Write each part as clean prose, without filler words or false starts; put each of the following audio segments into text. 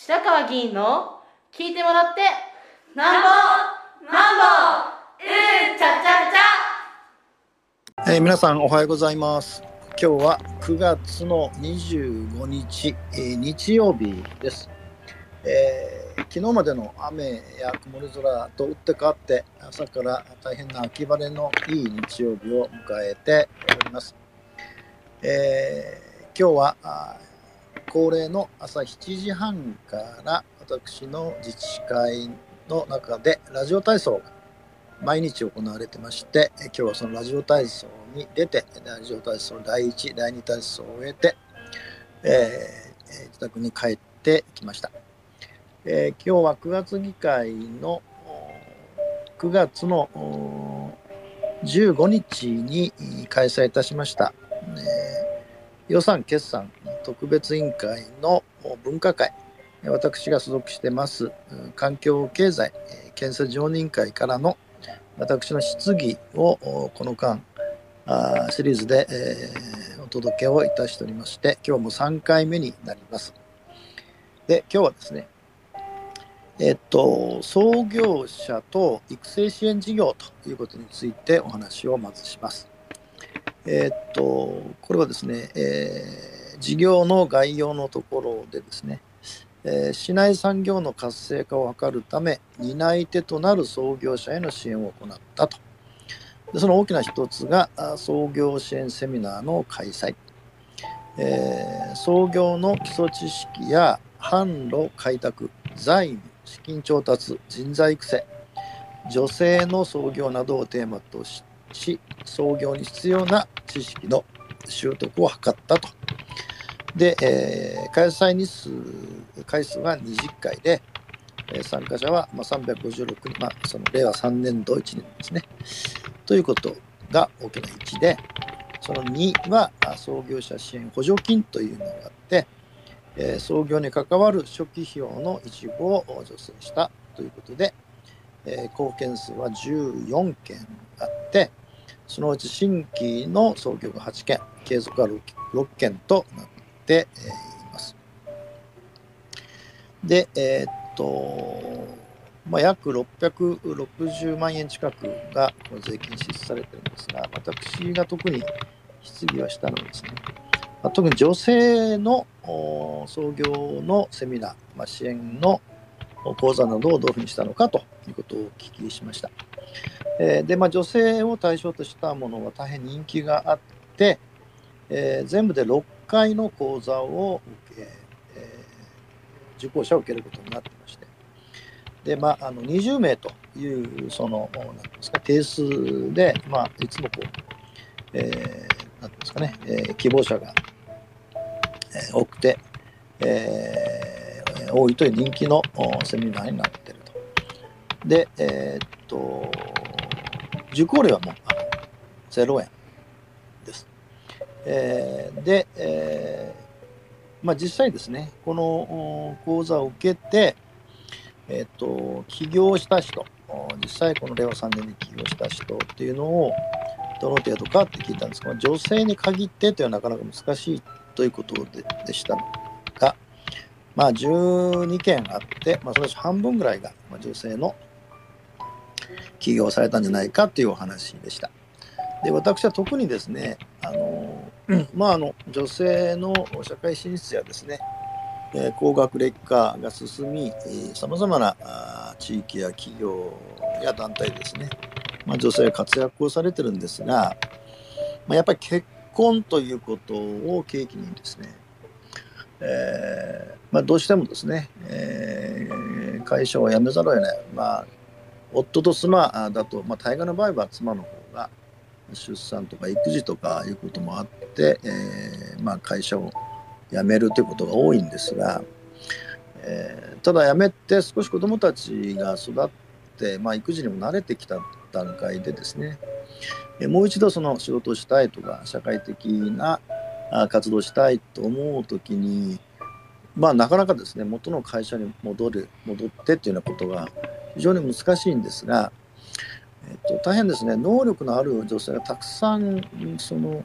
白川議員の聞いてもらってなんぼうんちゃちゃちゃ。 皆さんおはようございます。今日は9月の25日、日曜日です。昨日までの雨や曇り空と打って変わって朝から大変な秋晴れのいい日曜日を迎えております。今日は恒例の朝7時半から私の自治会の中でラジオ体操が毎日行われてまして、今日はそのラジオ体操に出て、ラジオ体操第1、第2体操を終えて、自宅に帰ってきました。今日は9月議会の9月の15日に開催いたしました、予算決算特別委員会の分科会、私が所属してます環境経済建設常任会からの私の質疑をこの間シリーズで、お届けをいたしておりまして、今日も3回目になります。で、今日はですね、創業者と育成支援事業ということについてお話をまずします。これはですね、事業の概要のところでですね、市内産業の活性化を図るため担い手となる創業者への支援を行ったと。でその大きな一つが創業支援セミナーの開催、創業の基礎知識や販路開拓、財務、資金調達、人材育成、女性の創業などをテーマとし創業に必要な知識の習得を図ったと。で、開催日数回数は20回で、参加者は356人、その令和3年度1年ですね。ということが大きな1で、その2は創業者支援補助金というのがあって、創業に関わる初期費用の一部を助成したということで、貢献数は14件あって、そのうち新規の創業が8件、継続が 6件となっています。で、約660万円近くが税金支出されているんですが、私が特に質疑をしたのはですね、特に女性の創業のセミナー、支援の講座などをどういうふうにしたのかということをお聞きしました。で、女性を対象としたものは大変人気があって、全部で6回の講座を受け、受講者を受けることになっていまして、で、20名というそのなんですか定数で、いつもこう、なんですかね、希望者が、多くて、多いという人気のセミナーになっていると。で、受講料はもう0円です。で、実際ですね、この講座を受けて、起業した人、実際この令和3年に起業した人っていうのをどの程度かって聞いたんですが、女性に限ってというのはなかなか難しいということでしたが、12件あって、そのうち半分ぐらいが女性の起業されたんじゃないかというお話でした。で、私は特にですね、女性の社会進出やですね、高学歴化が進み、さまざまな地域や企業や団体ですね、女性が活躍をされてるんですが、やっぱり結婚ということを契機にですね、どうしてもですね、会社を辞めざるを得ない、夫と妻だと、大概の場合は妻の方が出産とか育児とかいうこともあって、会社を辞めるということが多いんですが、ただ辞めて少し子どもたちが育って、育児にも慣れてきた段階でですね、もう一度その仕事をしたいとか社会的な活動をしたいと思うときに、なかなかですね元の会社に戻ってというようなことが非常に難しいんですが、大変ですね能力のある女性がたくさん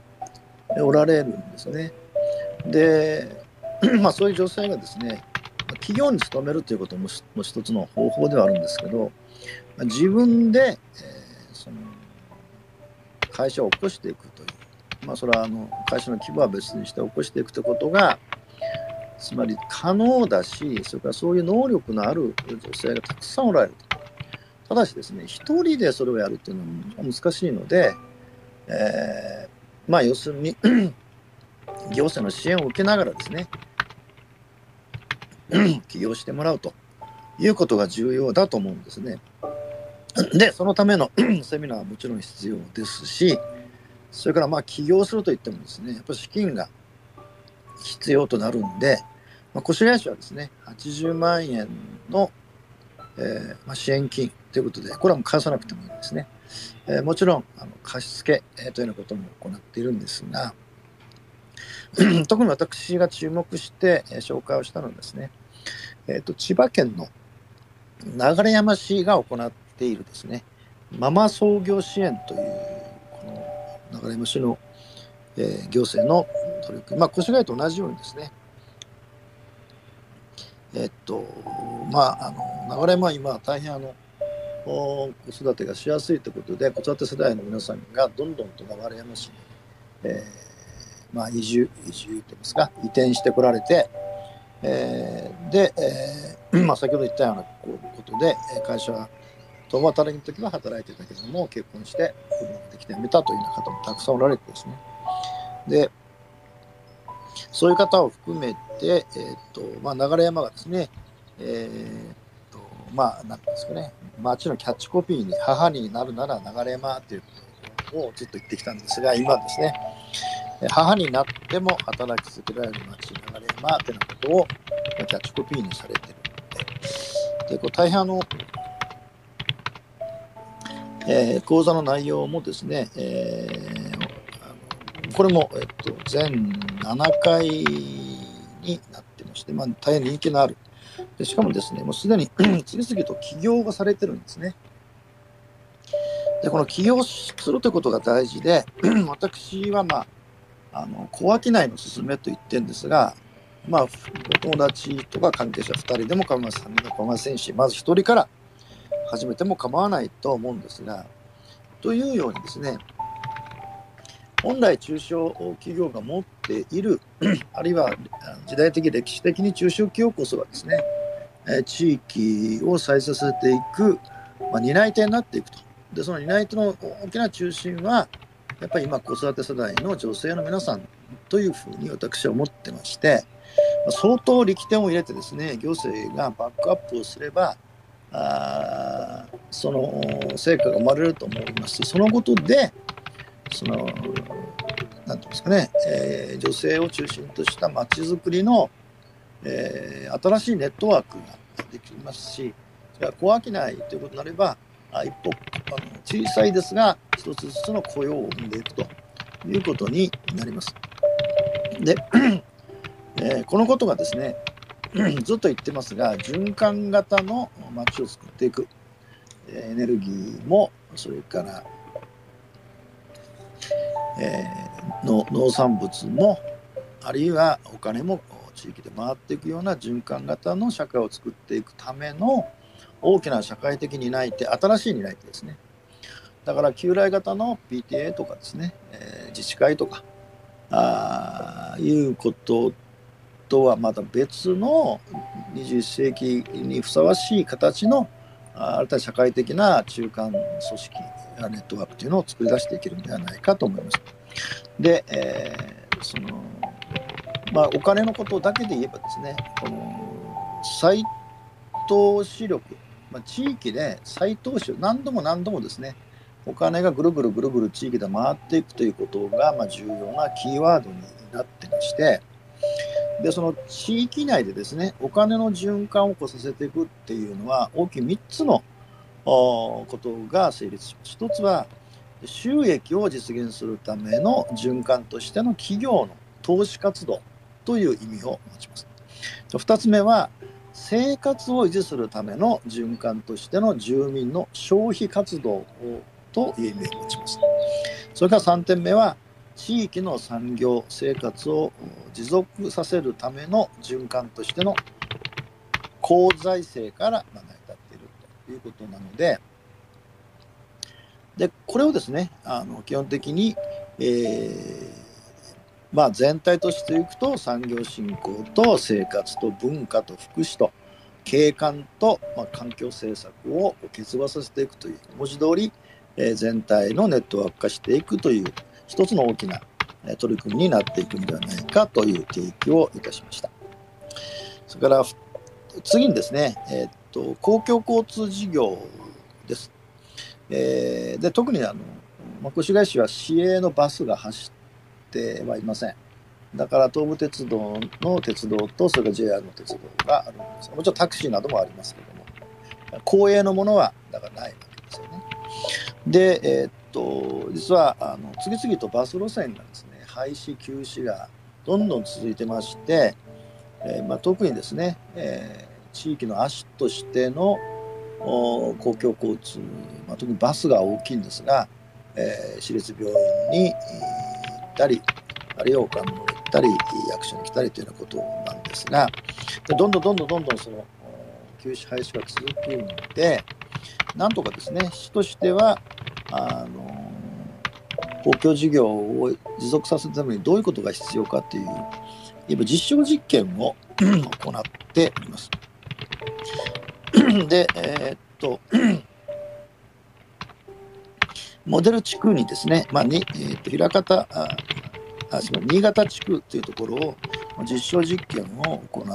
おられるんですね。で、そういう女性がですね、 企業に勤めるということも一つの方法ではあるんですけど、自分で、その会社を起こしていくという、それは会社の規模は別にして起こしていくということがつまり可能だし、それからそういう能力のある女性がたくさんおられると。ただしですね、一人でそれをやるというのは難しいので、要するに行政の支援を受けながらですね起業してもらうということが重要だと思うんですね。でそのためのセミナーはもちろん必要ですし、それから起業するといってもですね、やっぱり資金が必要となるんで、越谷市はですね80万円の、支援金ということで、これはもう返さなくてもいいんですね。もちろん貸付、というようなことも行っているんですが特に私が注目して、紹介をしたのはですね、千葉県の流山市が行っているですねママ創業支援というこの流山市の、行政の取り組み、越谷と同じようにですね流山は今大変子育てがしやすいということで、子育て世代の皆さんがどんどんと流山市に、移住といいますか移転してこられて、先ほど言ったようなことで会社共働きの時は働いてたけども結婚して子供ができて辞めたというような方もたくさんおられてですね、でそういう方を含めて、流山がですね、なんですかね、町のキャッチコピーに母になるなら流山ということをずっと言ってきたんですが、今ですね母になっても働き続けられる町流山というようなことをキャッチコピーにされているので、大変講座の内容もですね、これも、全7回になってまして、大変人気のある。でしかもですね、もうすでに次々と起業がされてるんですね。でこの起業するということが大事で、私は小商いの勧めと言ってるんですが、お友達とか関係者2人でも構いません、3人でも構いませんし、まず1人から始めても構わないと思うんですが、というようにですね、本来中小企業が持っているあるいは時代的歴史的に中小企業こそがですね、地域を再生させていく、担い手になっていくと。でその担い手の大きな中心はやっぱり今子育て世代の女性の皆さんというふうに私は思ってまして、相当力点を入れてですね行政がバックアップをすればその成果が生まれると思いますし、そのことでなんていうんですかね、女性を中心としたまちづくりの、新しいネットワークができますし、それから小商いということになれば一歩小さいですが一つずつの雇用を生んでいくということになります。で、このことがですねずっと言ってますが、循環型の街を作っていく、エネルギーもそれから農産物もあるいはお金も地域で回っていくような循環型の社会を作っていくための大きな社会的担い手、新しい担い手ですね。だから旧来型の PTA とかですね、自治会とかいうこととはまた別の21世紀にふさわしい形の新たな社会的な中間組織やネットワークというのを作り出していけるのではないかと思います。で、お金のことだけで言えばですね、この再投資力、地域で再投資を何度もですね、お金がぐるぐる地域で回っていくということが重要なキーワードになってまして、でその地域内でですね、お金の循環を起こさせていくっていうのは大きい3つのことが成立します。一つは収益を実現するための循環としての企業の投資活動という意味を持ちます。2つ目は生活を維持するための循環としての住民の消費活動という意味を持ちます。それから3点目は地域の産業生活を持続させるための循環としての公財政から成り立っているということなので、これをですね、基本的に、全体としていくと産業振興と生活と文化と福祉と景観と、環境政策を結合させていくという文字通り、全体のネットワーク化していくという一つの大きな取り組みになっていくのではないかという提起をいたしました。それから次にですね、公共交通事業です。で特に越谷市は市営のバスが走ってはいません。だから東武鉄道の鉄道とそれから JR の鉄道があるんです。もちろんタクシーなどもありますけれども、公営のものはだからないわけですよね。で、実は次々とバス路線がですね、廃止休止がどんどん続いてまして、特にですね、地域の足としての公共交通、特にバスが大きいんですが、市立病院に行ったり、あるいは岡野に行ったり、役所に来たりというようなことなんですが、どんどんその休止廃止が続くので、なんとかですね、市としては公共事業を持続させるためにどういうことが必要かという今実証実験を行っております。で、モデル地区にですね、新潟地区というところを実証実験を行って、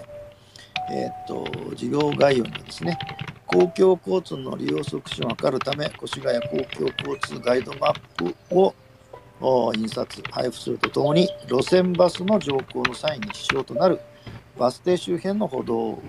事業概要にですね、公共交通の利用促進を図るため、越谷公共交通ガイドマップを印刷、配布するとともに、路線バスの乗降の際に支障となるバス停周辺の歩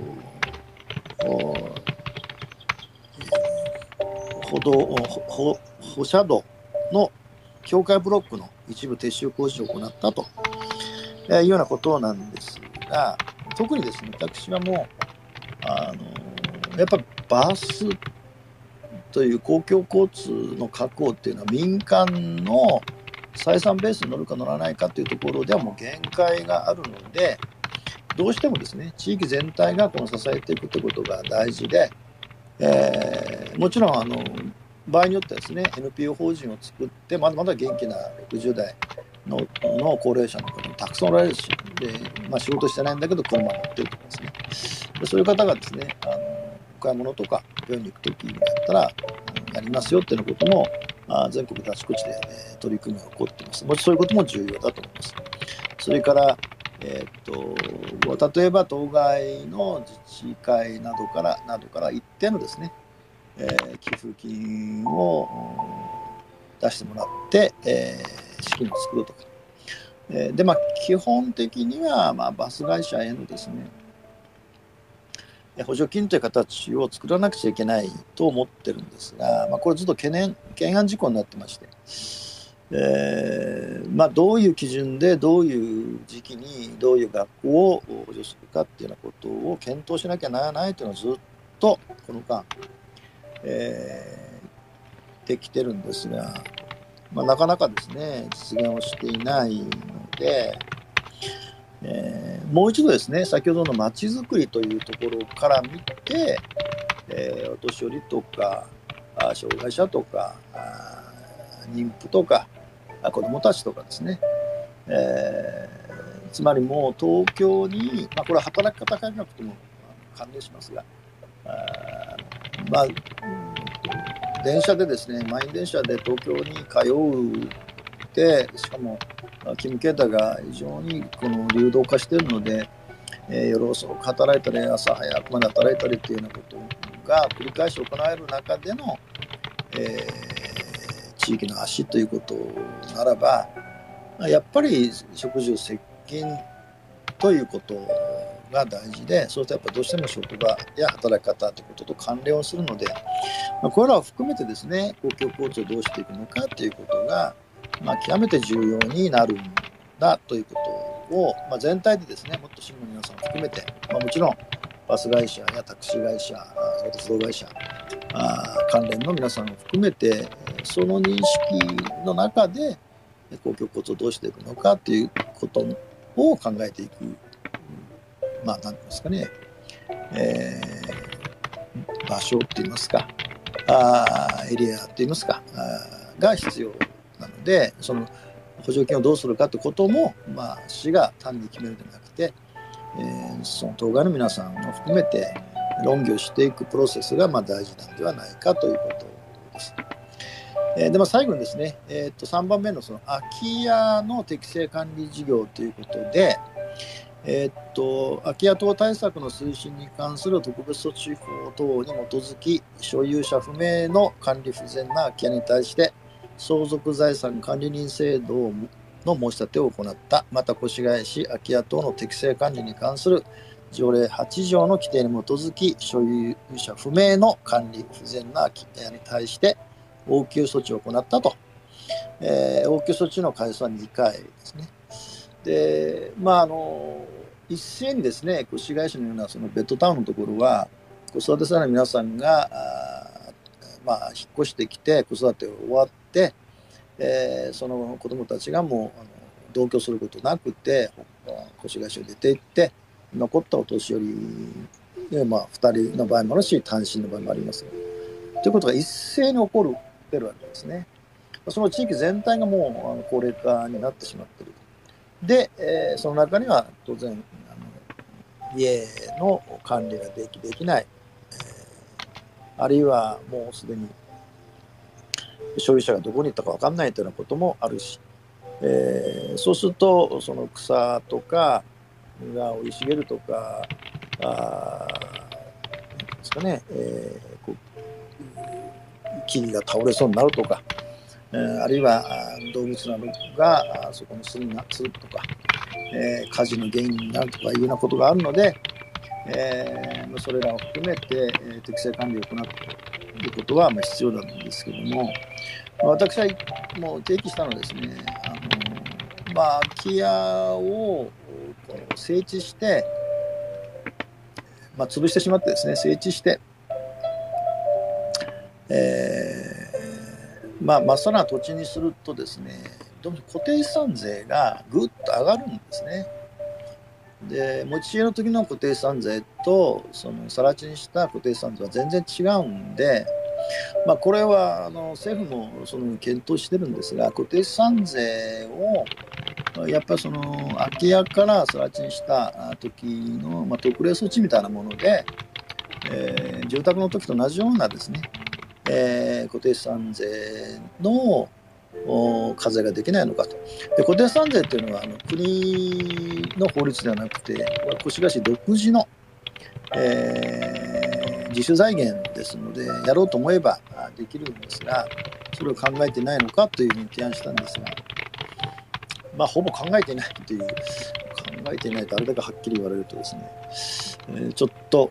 車道の境界ブロックの一部撤収工事を行ったというようなことなんですが、特にですね、私はもうやっぱりバスという公共交通の確保っていうのは民間の採算ベースに乗るか乗らないかというところではもう限界があるので、どうしてもですね、地域全体がこの支えていくということが大事で、もちろん場合によってはですね、NPO 法人を作って、まだまだ元気な60代の高齢者の方もたくさんおられるし、で仕事してないんだけど車持ってるとかですね、でそういう方がですね、お買い物とか病院に行くときにやったらやりますよっていうようなことも全国あちこちで、取り組みが起こっています。もちろんそういうことも重要だと思います。それから例えば当該の自治会などから一定のですね、寄付金を出してもらって、資金を作るとか、で基本的には、バス会社へのですね補助金という形を作らなくちゃいけないと思ってるんですが、これずっと懸案事項になってまして、どういう基準でどういう時期にどういう学校を補助するかっていうようなことを検討しなきゃならないというのをずっとこの間、できてるんですが、なかなかですね実現をしていないので、もう一度ですね、先ほどのまちづくりというところから見て、お年寄りとか障害者とか妊婦とか子どもたちとかですね、つまりもう東京に、これは働き方改革とも関連しますが、電車でですね、満員電車で東京に通うで、しかも勤務形態が非常にこの流動化しているので、夜遅く働いたり朝早くまで働いたりというようなことが繰り返し行われる中での、地域の足ということならば、やっぱり食住接近ということが大事で、そうするとやっぱりどうしても職場や働き方ということと関連をするので、これらを含めてですね、公共交通をどうしていくのかということが、極めて重要になるんだということを、全体でですね、もっと市民の皆さんを含めて、もちろんバス会社やタクシー会社、鉄道会社、関連の皆さんを含めて、その認識の中で公共交通をどうしていくのかということを考えていく、なんていうんですかね、 え場所って言いますか、エリアって言いますか、が必要なので、その補助金をどうするかということも、市が単に決めるんじゃなくて、その当該の皆さんを含めて論議をしていくプロセスが大事なんではないかということです。で最後にですね、3番目のその空き家の適正管理事業ということで、空き家等対策の推進に関する特別措置法等に基づき、所有者不明の管理不全な空き家に対して相続財産管理人制度の申し立てを行った。また越谷市空き家等の適正管理に関する条例8条の規定に基づき、所有者不明の管理不全な空き家に対して応急措置を行ったと。応急措置の回数は2回ですね。で、一斉にですね、越谷市のようなそのベッドタウンのところは、子育て世代の皆さんが引っ越してきて、子育てを終わって、その子どもたちがもう同居することなくて、越谷市を出て行って、残ったお年寄りで、2人の場合もあるし、単身の場合もあります。ということが一斉に起こってるわけですね。その地域全体がもう高齢化になってしまっている。で、その中には当然家の管理ができない、あるいはもうすでに所有者がどこに行ったか分かんないというようなこともあるし、そうするとその草とかが生い茂るとかですかね、木々が倒れそうになるとか、あるいは動物などがそこに住み着くとか、火事の原因になるとかいうようなことがあるので、それらを含めて、適正管理を行うということは必要なんですけども、私はもう提起したのはですね、空き家を整地して、潰してしまってですね、整地して、まっさらな土地にするとですね、どうも固定資産税がぐっと上がるんですね。で、持ち家の時の固定資産税とその更地にした固定資産税は全然違うんで、これは政府もその検討してるんですが、固定資産税をやっぱりその空き家から更地にした時の、特例措置みたいなもので、住宅の時と同じようなですね、固定資産税の課税ができないのかと。で、固定資産税っていうのは国の法律ではなくて、越谷市独自の、自主財源ですので、やろうと思えばできるんですが、それを考えてないのかというふうに提案したんですが、ほぼ考えていないという、考えていないとあれだけはっきり言われるとですね、ちょっと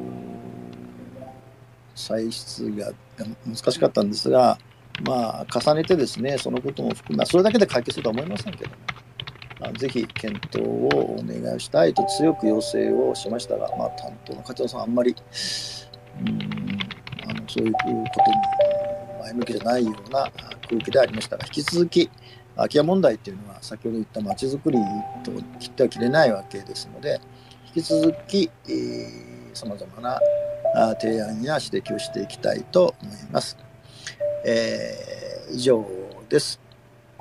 歳出が難しかったんですが、重ねてですね、そのことも含め、それだけで解決するとは思いませんけども、ぜひ検討をお願いしたいと強く要請をしましたが、担当の課長さんはあんまりそういうことに前向きじゃないような空気でありましたが、引き続き空き家問題というのは先ほど言ったまちづくりと切っては切れないわけですので、引き続きさまざまな提案や指摘をしていきたいと思います。以上です。